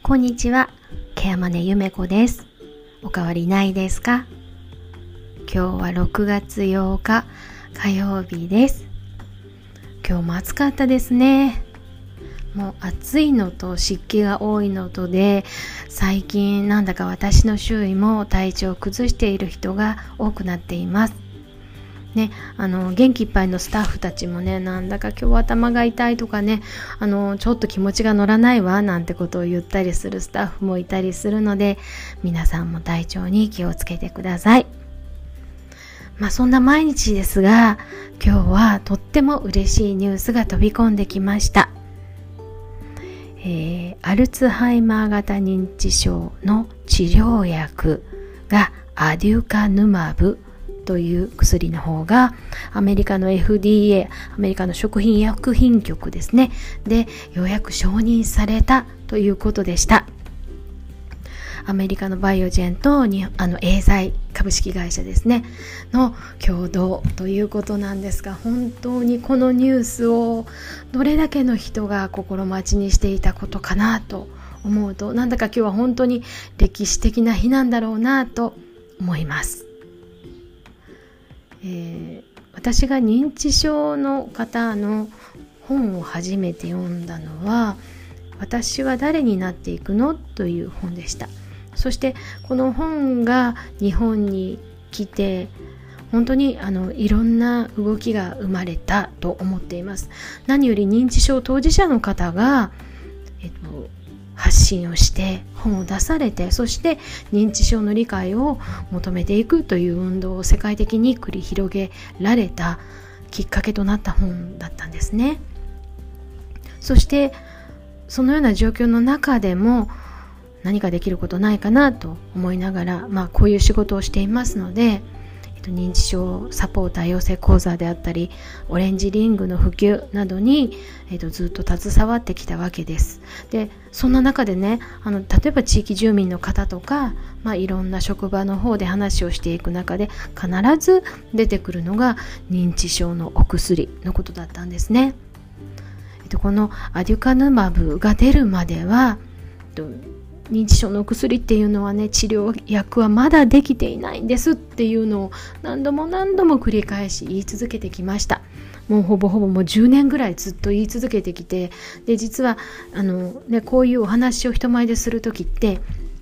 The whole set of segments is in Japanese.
こんにちは、ケアマネゆめこです。おかわりないですか？今日は6月8日火曜日です。今日も暑かったですね。もう暑いのと湿気が多いのとで、最近なんだか私の周囲も体調を崩している人が多くなっていますね。元気いっぱいのスタッフたちもね、なんだか今日は頭が痛いとかね、ちょっと気持ちが乗らないわなんてことを言ったりするスタッフもいたりするので、皆さんも体調に気をつけてください。そんな毎日ですが、今日はとっても嬉しいニュースが飛び込んできました。アルツハイマー型認知症の治療薬がアデュカヌマブという薬の方がアメリカの FDA、アメリカの食品医薬品局ですね、でようやく承認されたということでした。アメリカのバイオジェンとエーザイ株式会社ですねの共同ということなんですが、本当にこのニュースをどれだけの人が心待ちにしていたことかなと思うと、なんだか今日は本当に歴史的な日なんだろうなと思います。私が認知症の方の本を初めて読んだのは、私は誰になっていくのという本でした。そしてこの本が日本に来て本当にいろんな動きが生まれたと思っています。何より認知症当事者の方が、発信をして本を出されて、そして認知症の理解を求めていくという運動を世界的に繰り広げられたきっかけとなった本だったんですね。そしてそのような状況の中でも何かできることないかなと思いながら、こういう仕事をしていますので、認知症サポーター養成講座であったりオレンジリングの普及などに、ずっと携わってきたわけです。でそんな中でね、例えば地域住民の方とか、いろんな職場の方で話をしていく中で必ず出てくるのが認知症のお薬のことだったんですね。このアデュカヌマブが出るまでは、認知症のお薬っていうのはね、治療薬はまだできていないんですっていうのを何度も繰り返し言い続けてきました。もうほぼもう10年ぐらいずっと言い続けてきて、で実はこういうお話を人前でする時って、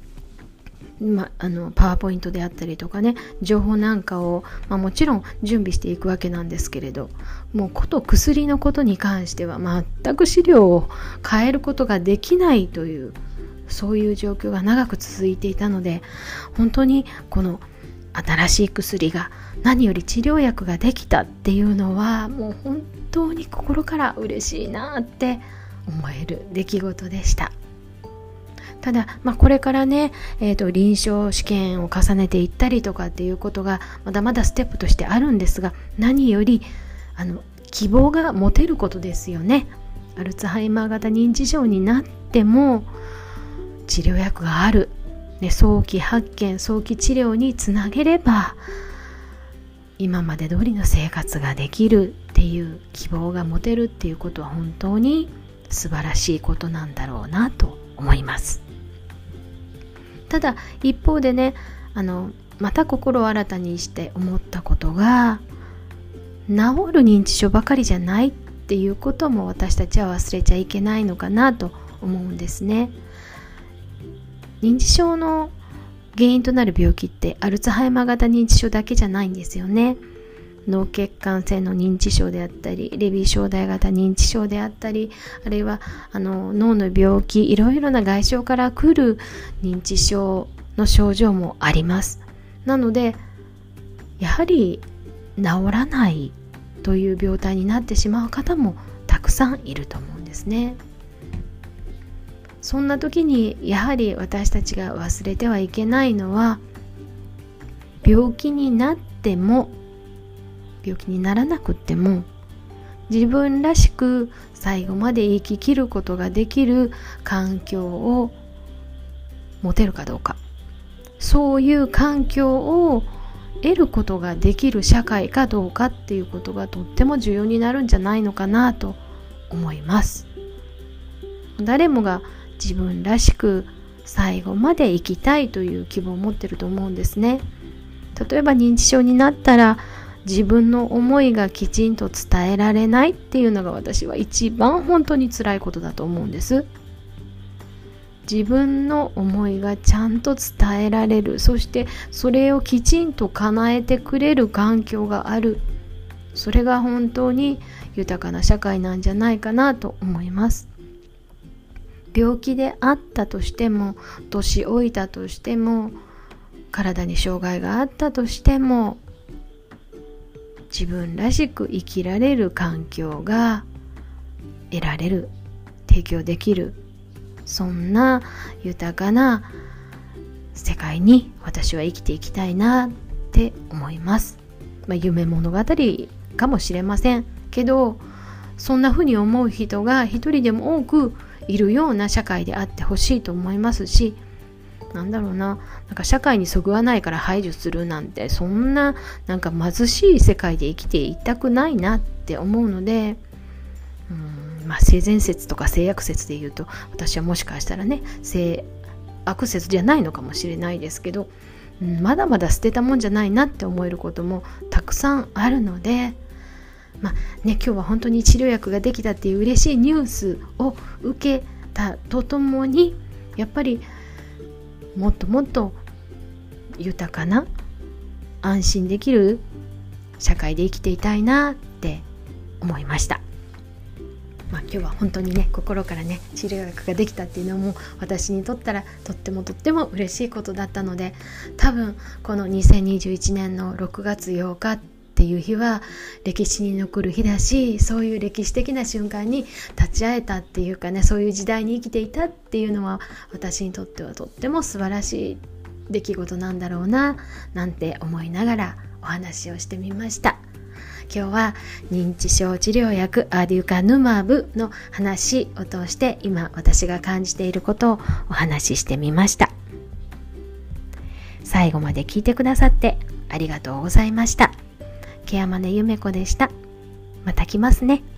パワーポイントであったりとかね、情報なんかを、もちろん準備していくわけなんですけれど、もうこと薬のことに関しては全く資料を変えることができないという、そういう状況が長く続いていたので、本当にこの新しい薬が、何より治療薬ができたっていうのは、もう本当に心から嬉しいなって思える出来事でした。ただ、これからね、臨床試験を重ねていったりとかっていうことがまだまだステップとしてあるんですが、何より希望が持てることですよね。アルツハイマー型認知症になっても治療薬がある、早期発見早期治療につなげれば今まで通りの生活ができるっていう希望が持てるっていうことは、本当に素晴らしいことなんだろうなと思います。ただ一方でね、また心を新たにして思ったことが、治る認知症ばかりじゃないっていうことも私たちは忘れちゃいけないのかなと思うんですね。認知症の原因となる病気ってアルツハイマー型認知症だけじゃないんですよね。脳血管性の認知症であったり、レビー小体型認知症であったり、あるいは脳の病気、いろいろな外傷から来る認知症の症状もあります。なのでやはり治らないという病態になってしまう方もたくさんいると思うんですね。そんな時にやはり私たちが忘れてはいけないのは、病気になっても病気にならなくっても自分らしく最後まで生き切ることができる環境を持てるかどうか、そういう環境を得ることができる社会かどうかっていうことがとっても重要になるんじゃないのかなと思います。誰もが自分らしく最後まで生きたいという希望を持ってると思うんですね。例えば認知症になったら自分の思いがきちんと伝えられないっていうのが私は一番本当に辛いことだと思うんです。自分の思いがちゃんと伝えられる、そしてそれをきちんと叶えてくれる環境がある、それが本当に豊かな社会なんじゃないかなと思います。病気であったとしても、年老いたとしても、体に障害があったとしても、自分らしく生きられる環境が得られる、提供できる、そんな豊かな世界に私は生きていきたいなって思います。夢物語かもしれませんけど、そんな風に思う人が一人でも多くいるような社会であってほしいと思いますし、なんか社会にそぐわないから排除するなんて、そんななんか貧しい世界で生きていたくないなって思うので、性善説とか性悪説で言うと、私はもしかしたらね性悪説じゃないのかもしれないですけど、まだまだ捨てたもんじゃないなって思えることもたくさんあるので、今日は本当に治療薬ができたっていう嬉しいニュースを受けたとともに、やっぱりもっともっと豊かな安心できる社会で生きていたいなって思いました。今日は本当にね、心からね治療薬ができたっていうのも私にとったらとっても嬉しいことだったので、多分この2021年の6月8日っていう日は歴史に残る日だし、そういう歴史的な瞬間に立ち会えたっていうかね、そういう時代に生きていたっていうのは私にとってはとっても素晴らしい出来事なんだろうななんて思いながらお話をしてみました。今日は認知症治療薬アデュカヌマブの話を通して、今私が感じていることをお話ししてみました。最後まで聞いてくださってありがとうございました。ケアマネゆめこでした。また来ますね。